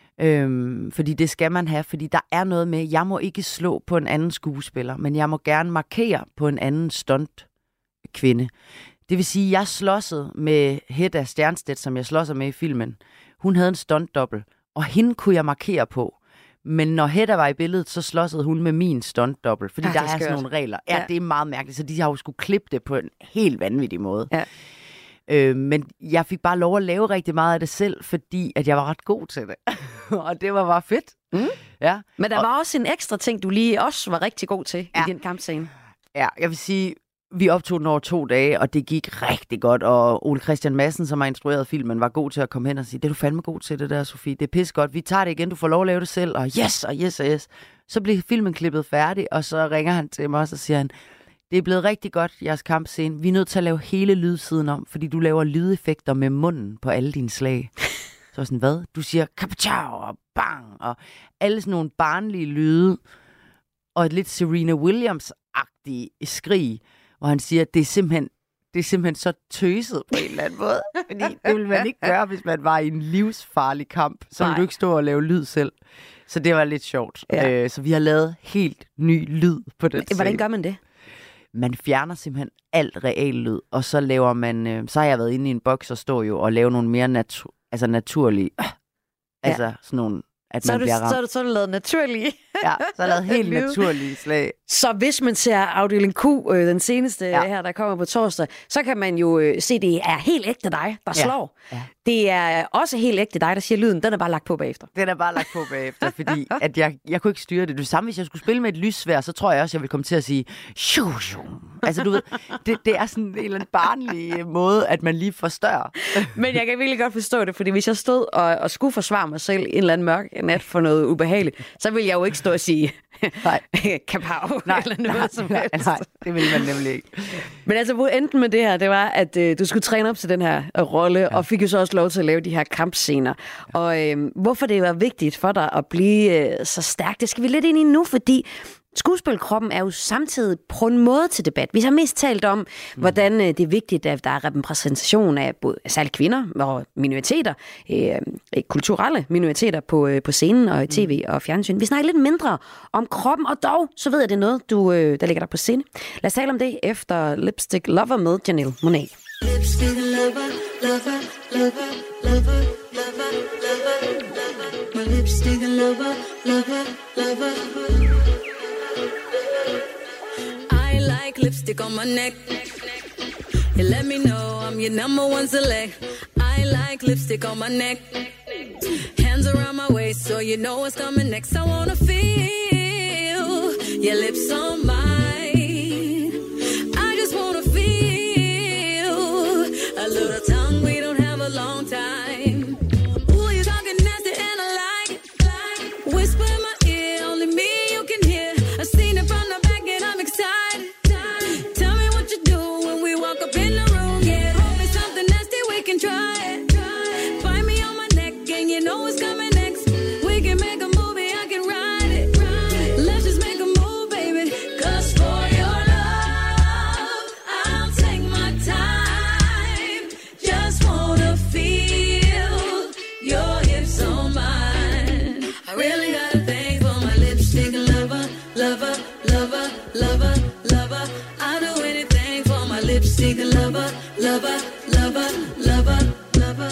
Fordi det skal man have. Fordi der er noget med, jeg må ikke slå på en anden skuespiller, men jeg må gerne markere på en anden stuntkvinde. Det vil sige, at jeg slåssede med Hedda Stjernstedt, som jeg slåsser med i filmen. Hun havde en stuntdobbel, og hende kunne jeg markere på. Men når Hedda var i billedet, så slåssede hun med min stuntdobbel. Fordi der er sådan nogle regler. Ja, det er meget mærkeligt. Så de har jo skulle klippe det på en helt vanvittig måde. Ja. Men jeg fik bare lov at lave rigtig meget af det selv, fordi at jeg var ret god til det. Og det var bare fedt. Ja. Men der var også en ekstra ting, du lige også var rigtig god til i din kampscene. Ja, jeg vil sige, vi optog den over 2 dage, og det gik rigtig godt. Og Ole Christian Madsen, som har instrueret filmen, var god til at komme hen og sige, det er du fandme god til det der, Sofie. Det er pisse godt. Vi tager det igen, du får lov at lave det selv. Og yes. Så blev filmen klippet færdig, og så ringer han til mig, og så siger han, det er blevet rigtig godt, jeres kampscene. Vi er nødt til at lave hele lydsiden om, fordi du laver lydeffekter med munden på alle dine slag. Så sådan, hvad? Du siger kapachow og bang, og alle sådan nogle barnlige lyde, og et lidt Serena Williams-agtigt skrig, hvor han siger, det er simpelthen så tøset på en eller anden måde. Fordi det ville man ikke gøre, hvis man var i en livsfarlig kamp. Så ville du ikke stå og lave lyd selv. Så det var lidt sjovt. Ja. Så vi har lavet helt ny lyd på den scene. Hvordan gør man det? Man fjerner simpelthen alt real lyd, og så laver man... så har jeg været inde i en boks og stå jo og lave nogle mere naturlige... Altså sådan nogle... At man bliver ramt. Så er du lavet naturlige. Ja, så er lavet helt naturlige slag. Så hvis man ser Afdeling Q, den seneste her, der kommer på torsdag, så kan man jo se, at det er helt ægte dig, der slår. Ja. Det er også helt ægte dig, der siger lyden. Den er bare lagt på bagefter. Den er bare lagt på bagefter, fordi at jeg kunne ikke styre det. Det samme, hvis jeg skulle spille med et lyssværd, så tror jeg også, jeg ville komme til at sige shoo, shoo. Altså du ved, det er sådan en eller anden barnlig måde, at man lige forstørrer. Men jeg kan virkelig godt forstå det, fordi hvis jeg stod og skulle forsvare mig selv en eller anden mørk nat for noget ubehageligt, så ville jeg jo ikke stå og sige kapav eller noget som helst. Nej, det ville man nemlig ikke. Men altså, hvor endte med det her, det var, at du skulle træne op til den her rolle, og fik jo så også lov til at lave de her kampscener. Og hvorfor det var vigtigt for dig at blive så stærk, det skal vi lidt ind i nu, fordi skuespilkroppen er jo samtidig på en måde til debat. Vi har mest talt om, hvordan det er vigtigt, at der er repræsentation af både særligt kvinder og minoriteter, kulturelle minoriteter på scenen og i tv og fjernsyn. Vi snakker lidt mindre om kroppen, og dog, så ved jeg, det er noget, der ligger der på scene. Lad os tale om det efter Lipstick Lover med Janelle Monáe. Lipstick lover, lover, lover, lover, lover, lover, lover. My lipstick lover, lover, lover. I like lipstick on my neck. You let me know I'm your number one select. I like lipstick on my neck. Hands around my waist so you know what's coming next. I wanna feel your lips on mine. I just wanna feel a little tongue, we don't have a long time. Ooh, you're talking nasty and I like it. Whisper in my ear, only me you can hear. I've seen it from the back and I'm excited. Tell me what you do when we walk up in the room. Yeah, hold me something nasty, we can try it. Bite me on my neck and you know what's coming next. We can make a movie, I can write it. Let's just make a move, baby. 'Cause for your love, I'll take my time. Just wanna feel your hips on mine. I really got a thing for my lipstick lover, lover, lover, lover, lover. I'll do anything for my lipstick lover, lover, lover, lover, lover.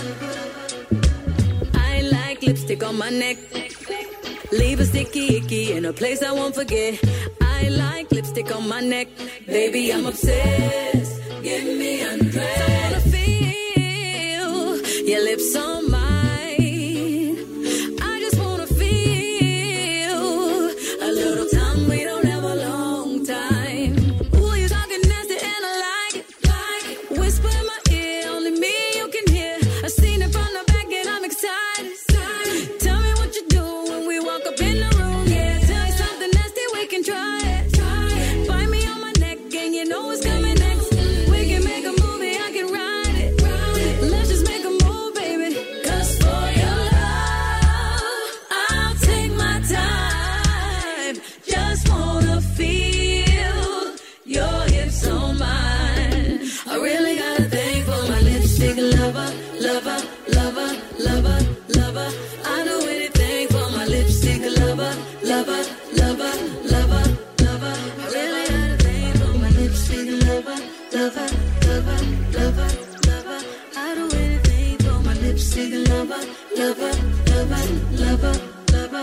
I like lipstick on my neck. Leave a sticky icky in a place I won't forget. I like lipstick on my neck. Baby, I'm obsessed. Get me undressed. I wanna feel your lips on mine. I just wanna feel a little time. We don't have a long time. Ooh, you're talking nasty and I like it. Whisper in my ear, only me you can hear. I've seen it from the back and I'm excited. Tell me what you do when we walk up in the room. Yeah, tell me something nasty, we can try it. Bite me on my neck and you know what's coming next. We can make a movie, I can write it. Let's just make a move, baby. 'Cause for your love, I'll take my time. Just wanna feel your hips on mine. I really got a thing for my lipstick lover, lover, lover, lover, lover. I do anything for my lipstick lover, lover, lover, lover, lover. I really got a thing for my lipstick lover, lover, lover, lover, lover. I do anything for my lipstick lover, lover, lover, lover, lover.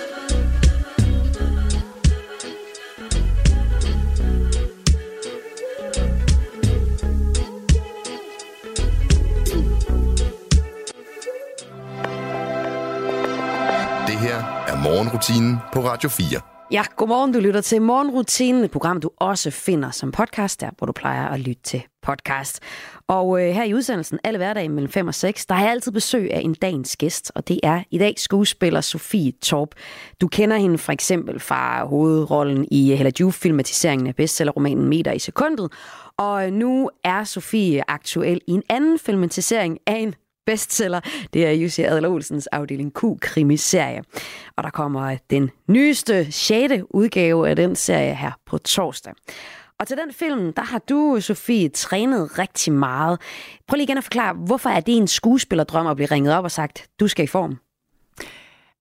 Det her er morgenrutinen på Radio 4. Ja, godmorgen, du lytter til Morgenrutinen, et program, du også finder som podcast, der hvor du plejer at lytte til podcast. Og her i udsendelsen, alle hverdage mellem 5 og 6, der har jeg altid besøg af en dagens gæst, og det er i dag skuespiller Sofie Torp. Du kender hende for eksempel fra hovedrollen i Hella Joof-filmatiseringen af bestsellerromanen Meter i sekundet, og nu er Sofie aktuel i en anden filmatisering af en bestseller. Det er Jussi Adler-Olsens Afdeling Q-krimiserie. Og der kommer den nyeste 6. udgave af den serie her på torsdag. Og til den film, der har du, Sofie, trænet rigtig meget. Prøv lige igen at forklare, hvorfor er det en skuespillerdrøm at blive ringet op og sagt, du skal i form?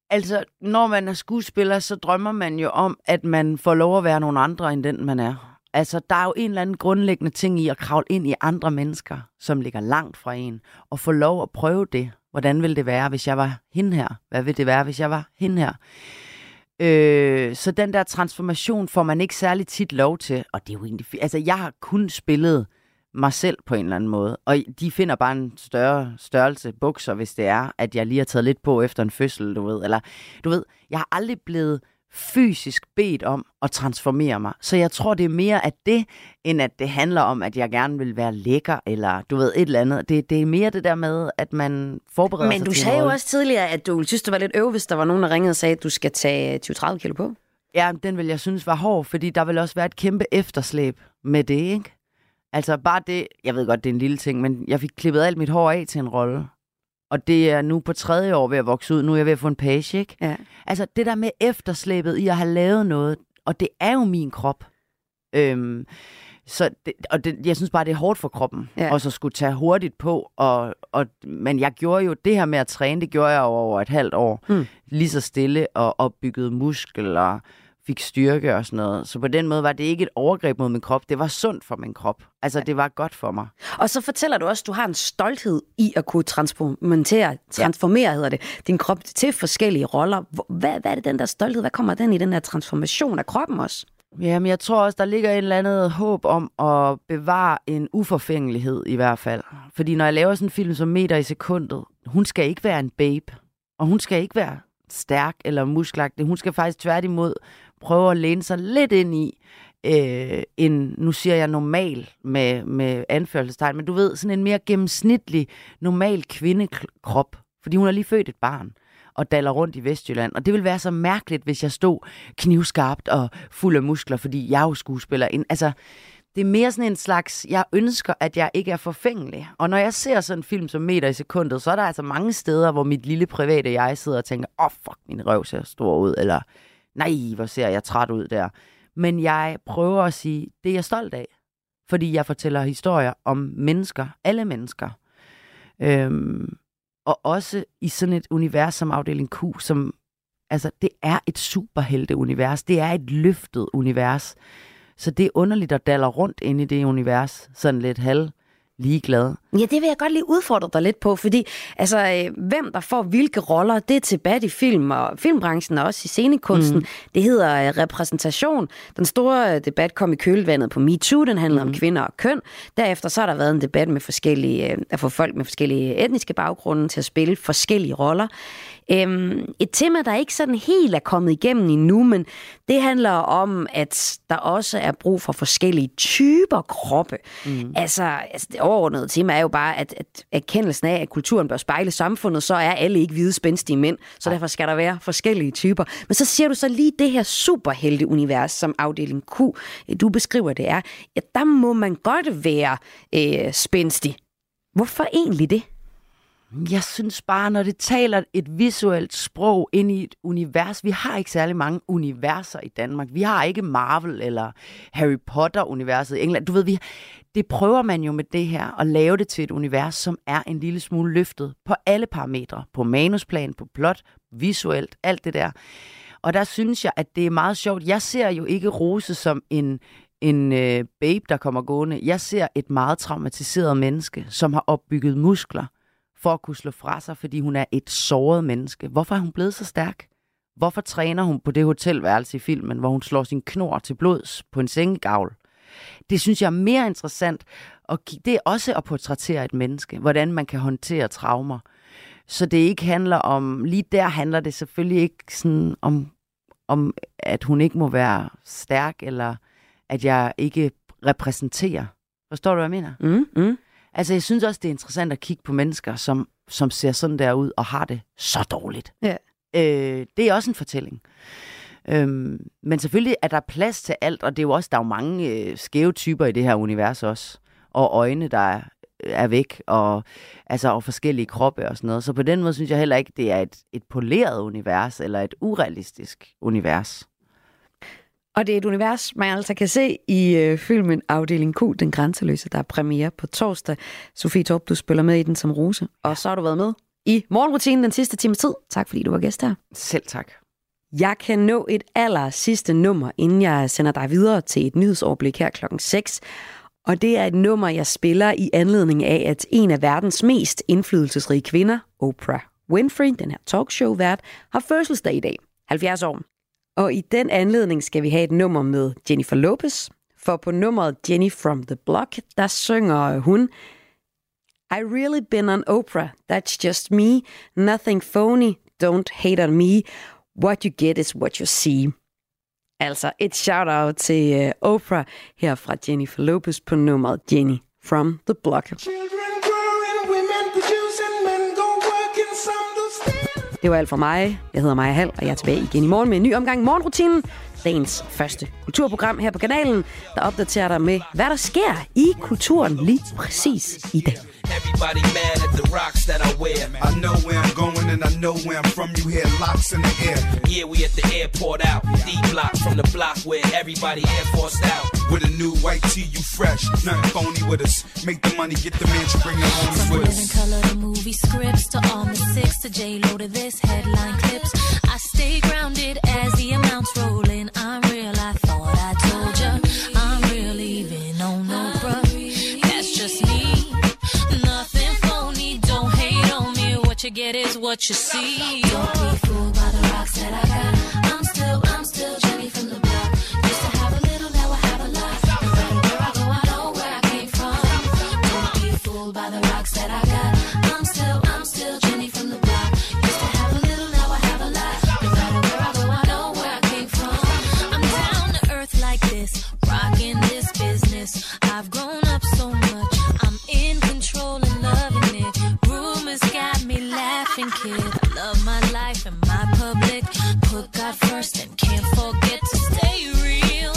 Altså, når man er skuespiller, så drømmer man jo om, at man får lov at være nogle andre, end den man er. Altså, der er jo en eller anden grundlæggende ting i at kravle ind i andre mennesker, som ligger langt fra en, og få lov at prøve det. Hvordan ville det være, hvis jeg var hende her? Hvad ville det være, hvis jeg var hende her? Så den der transformation får man ikke særlig tit lov til, og det er jo egentlig... Altså, jeg har kun spillet mig selv på en eller anden måde, og de finder bare en større størrelse bukser, hvis det er, at jeg lige har taget lidt på efter en fødsel, du ved. Eller, du ved, jeg har aldrig blevet fysisk bedt om at transformere mig. Så jeg tror, det er mere af det, end at det handler om, at jeg gerne vil være lækker, eller du ved, et eller andet. Det er mere det der med, at man forbereder sig til. Men du sagde jo også tidligere, at du synes, det var lidt hvis der var nogen, der ringede og sagde, at du skal tage 20-30 kilo på. Ja, den vil jeg synes var hård, fordi der vil også være et kæmpe efterslæb med det, ikke? Altså bare det, jeg ved godt, det er en lille ting, men jeg fik klippet alt mit hår af til en rolle. Og det er nu på 3. år ved at vokse ud. Nu er jeg ved at få en page, ikke? Ja. Altså det der med efterslæbet i at have lavet noget, og det er jo min krop. Jeg synes bare, det er hårdt for kroppen, og så skulle tage hurtigt på. Men jeg gjorde jo det her med at træne, det gjorde jeg over et halvt år. Lige så stille og opbygget muskler, fik styrke og sådan noget. Så på den måde var det ikke et overgreb mod min krop. Det var sundt for min krop. Altså, det var godt for mig. Og så fortæller du også, at du har en stolthed i at kunne transformere hedder det, din krop til forskellige roller. Hvad er det, den der stolthed? Hvad kommer den i den her transformation af kroppen også? Jamen, jeg tror også, der ligger et eller andet håb om at bevare en uforfængelighed i hvert fald. Fordi når jeg laver sådan en film som Meter i sekundet, hun skal ikke være en babe. Og hun skal ikke være stærk eller muskelagtig. Hun skal faktisk tværtimod prøve at læne sig lidt ind i nu siger jeg normal med anførselstegn, men du ved, sådan en mere gennemsnitlig, normal kvindekrop. Fordi hun har lige født et barn og daller rundt i Vestjylland. Og det ville være så mærkeligt, hvis jeg stod knivskarpt og fuld af muskler, fordi jeg er jo skuespiller. Altså, det er mere sådan en slags, jeg ønsker, at jeg ikke er forfængelig. Og når jeg ser sådan en film som Meter i sekundet, så er der altså mange steder, hvor mit lille private jeg sidder og tænker, fuck, min røv ser stor ud, eller nej, hvor ser jeg træt ud der. Men jeg prøver at sige, det er jeg stolt af. Fordi jeg fortæller historier om mennesker, alle mennesker. Og også i sådan et univers som Afdeling Q, som, altså, det er et superhelteunivers. Det er et løftet univers. Så det er underligt at dalle rundt inde i det univers, sådan lidt ligeglad. Ja, det vil jeg godt lige udfordre dig lidt på, fordi altså, hvem der får hvilke roller, det er til debat i film og filmbranchen og også i scenekunsten. Det hedder repræsentation. Den store debat kom i kølvandet på MeToo, den handlede om kvinder og køn. Derefter så har der været en debat med at få folk med forskellige etniske baggrunde til at spille forskellige roller. Et tema, der ikke sådan helt er kommet igennem endnu, men det handler om, at der også er brug for forskellige typer kroppe. Altså det overordnede tema er jo bare, at erkendelsen af, at kulturen bør spejle samfundet, så er alle ikke hvide, spændstige mænd, så derfor skal der være forskellige typer. Men så siger du så lige det her superhelteunivers, som Afdeling Q, du beskriver det er, ja, der må man godt være spændstig. Hvorfor egentlig det? Jeg synes bare, når det taler et visuelt sprog ind i et univers, vi har ikke særlig mange universer i Danmark. Vi har ikke Marvel eller Harry Potter-universet i England. Du ved, det prøver man jo med det her, at lave det til et univers, som er en lille smule løftet på alle parametre. På manusplan, på plot, visuelt, alt det der. Og der synes jeg, at det er meget sjovt. Jeg ser jo ikke Rose som en babe, der kommer gående. Jeg ser et meget traumatiseret menneske, som har opbygget muskler for at kunne slå fra sig, fordi hun er et såret menneske. Hvorfor er hun blevet så stærk? Hvorfor træner hun på det hotelværelse i filmen, hvor hun slår sin knor til blods på en sengegavl? Det synes jeg er mere interessant, og det er også at portrættere et menneske, hvordan man kan håndtere traumer. Så det ikke handler om, lige der handler det selvfølgelig ikke sådan om at hun ikke må være stærk, eller at jeg ikke repræsenterer. Forstår du, hvad jeg mener? Altså, jeg synes også, det er interessant at kigge på mennesker, som ser sådan der ud og har det så dårligt. Ja. Det er også en fortælling. Men selvfølgelig er der plads til alt, og det er jo også, der er jo mange skæve typer i det her univers også. Og øjne, der er væk, og forskellige kroppe og sådan noget. Så på den måde synes jeg heller ikke, det er et poleret univers, eller et urealistisk univers. Og det er et univers, man altså kan se i filmen Afdeling Q, Den Grænseløse, der er premiere på torsdag. Sofie Torp, du spiller med i den som Rose, og så har du været med i morgenrutinen den sidste times tid. Tak fordi du var gæst her. Selv tak. Jeg kan nå et aller sidste nummer, inden jeg sender dig videre til et nyhedsoverblik her klokken 6. Og det er et nummer, jeg spiller i anledning af, at en af verdens mest indflydelsesrige kvinder, Oprah Winfrey, den her talkshow-vært, har fødselsdag i dag, 70 år. Og i den anledning skal vi have et nummer med Jennifer Lopez, for på nummeret Jenny from the Block, der synger hun: I really been on Oprah, that's just me, nothing phony, don't hate on me, what you get is what you see. Altså et shout-out til Oprah her fra Jennifer Lopez på nummeret Jenny from the Block. Det var alt fra mig. Jeg hedder Maja Hall, og jeg er tilbage igen i morgen med en ny omgang Morgenrutinen. Dagens første kulturprogram her på kanalen, der opdaterer dig med, hvad der sker i kulturen lige præcis i dag. Everybody mad at the rocks that I wear. I know where I'm going and I know where I'm from. You hear locks in the air. Yeah, we at the airport out. D-block from the block where everybody Air Forced out. With a new white tee, you fresh. Nothing phony with us. Make the money, get the mansion, bring the homies with us. From Color to movie scripts to all the six to J-Lo to this headline clips. I stay grounded as the amounts roll in. I'm real, I thought I told ya. I'm real even on Oprah. That's just me. Nothing phony, don't hate on me. What you get is what you see. Don't be fooled by the rocks that I got. I'm still Jenny from the block. Used to have a little, now I have a lot. No matter where I go, I know where I came from. Don't be fooled by the rocks that I got. I'm still Jenny from the block. Used to have a little, now I have a lot. No matter where I go, I know where I came from. I'm down to earth like this, rocking this business. I've grown up so much, I'm in control and loving it. Rumors got me laughing, kid. I love my life and my public. Put God first and can't forget to stay real.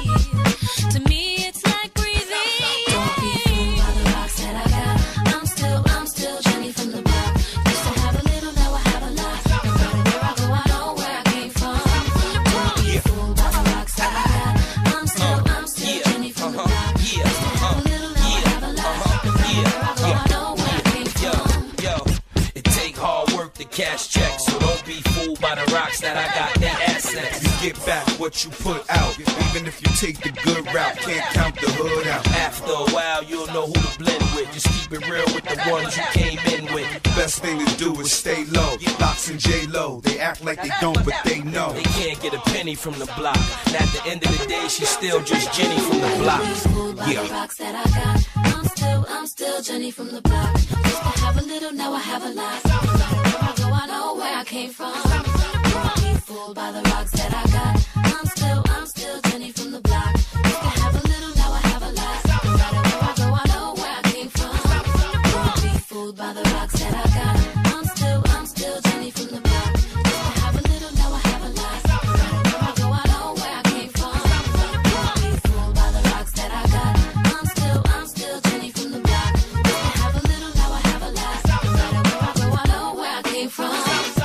To me, it's like breathing. Don't be fooled by the rocks that I got. I'm still Jenny from the block. Used to have a little, now I have a lot. No matter where I go, I know where I came from. Don't be fooled by the rocks that I got. I'm still Jenny from the block. Used to have a little, now I have a lot. No matter where I go, I know where I came from. Yo, it take hard work to cash checks, so don't be fooled by the rocks that I got. That assets. You get back what you put out. Even if you take the good route, can't count the hood out. After a while, you'll know who to blend with. Just keep it real with the ones you came in with. Best thing to do is stay low. Locks and J-Lo, they act like they don't, but they know. They can't get a penny from the block. And at the end of the day, she's still just Jenny from the block. Yeah. Rocks that I got. I'm still Jenny from the block. Used to have a little, now I have a lot. No matter where I go, I know where I came from. Don't be fooled by the rocks that I got. I'm still Jenny from the block. Used to have a little, now I have a lot. No matter where I go, I know where I came from. Don't be fooled by the rocks that I got. I'm still Jenny from the block. Used to have a little, now I have a lot. No matter where I go, I know where I came from. Don't be fooled by the rocks that I got. I'm still Jenny from the block. Used to have a little, now I have a lot. No matter where I go, I know where I came from.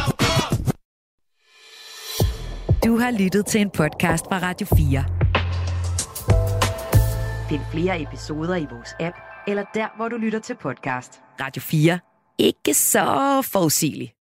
Du har lyttet til en podcast fra Radio 4. Find flere episoder i vores app, eller der, hvor du lytter til podcast. Radio 4. Ikke så forudsigeligt.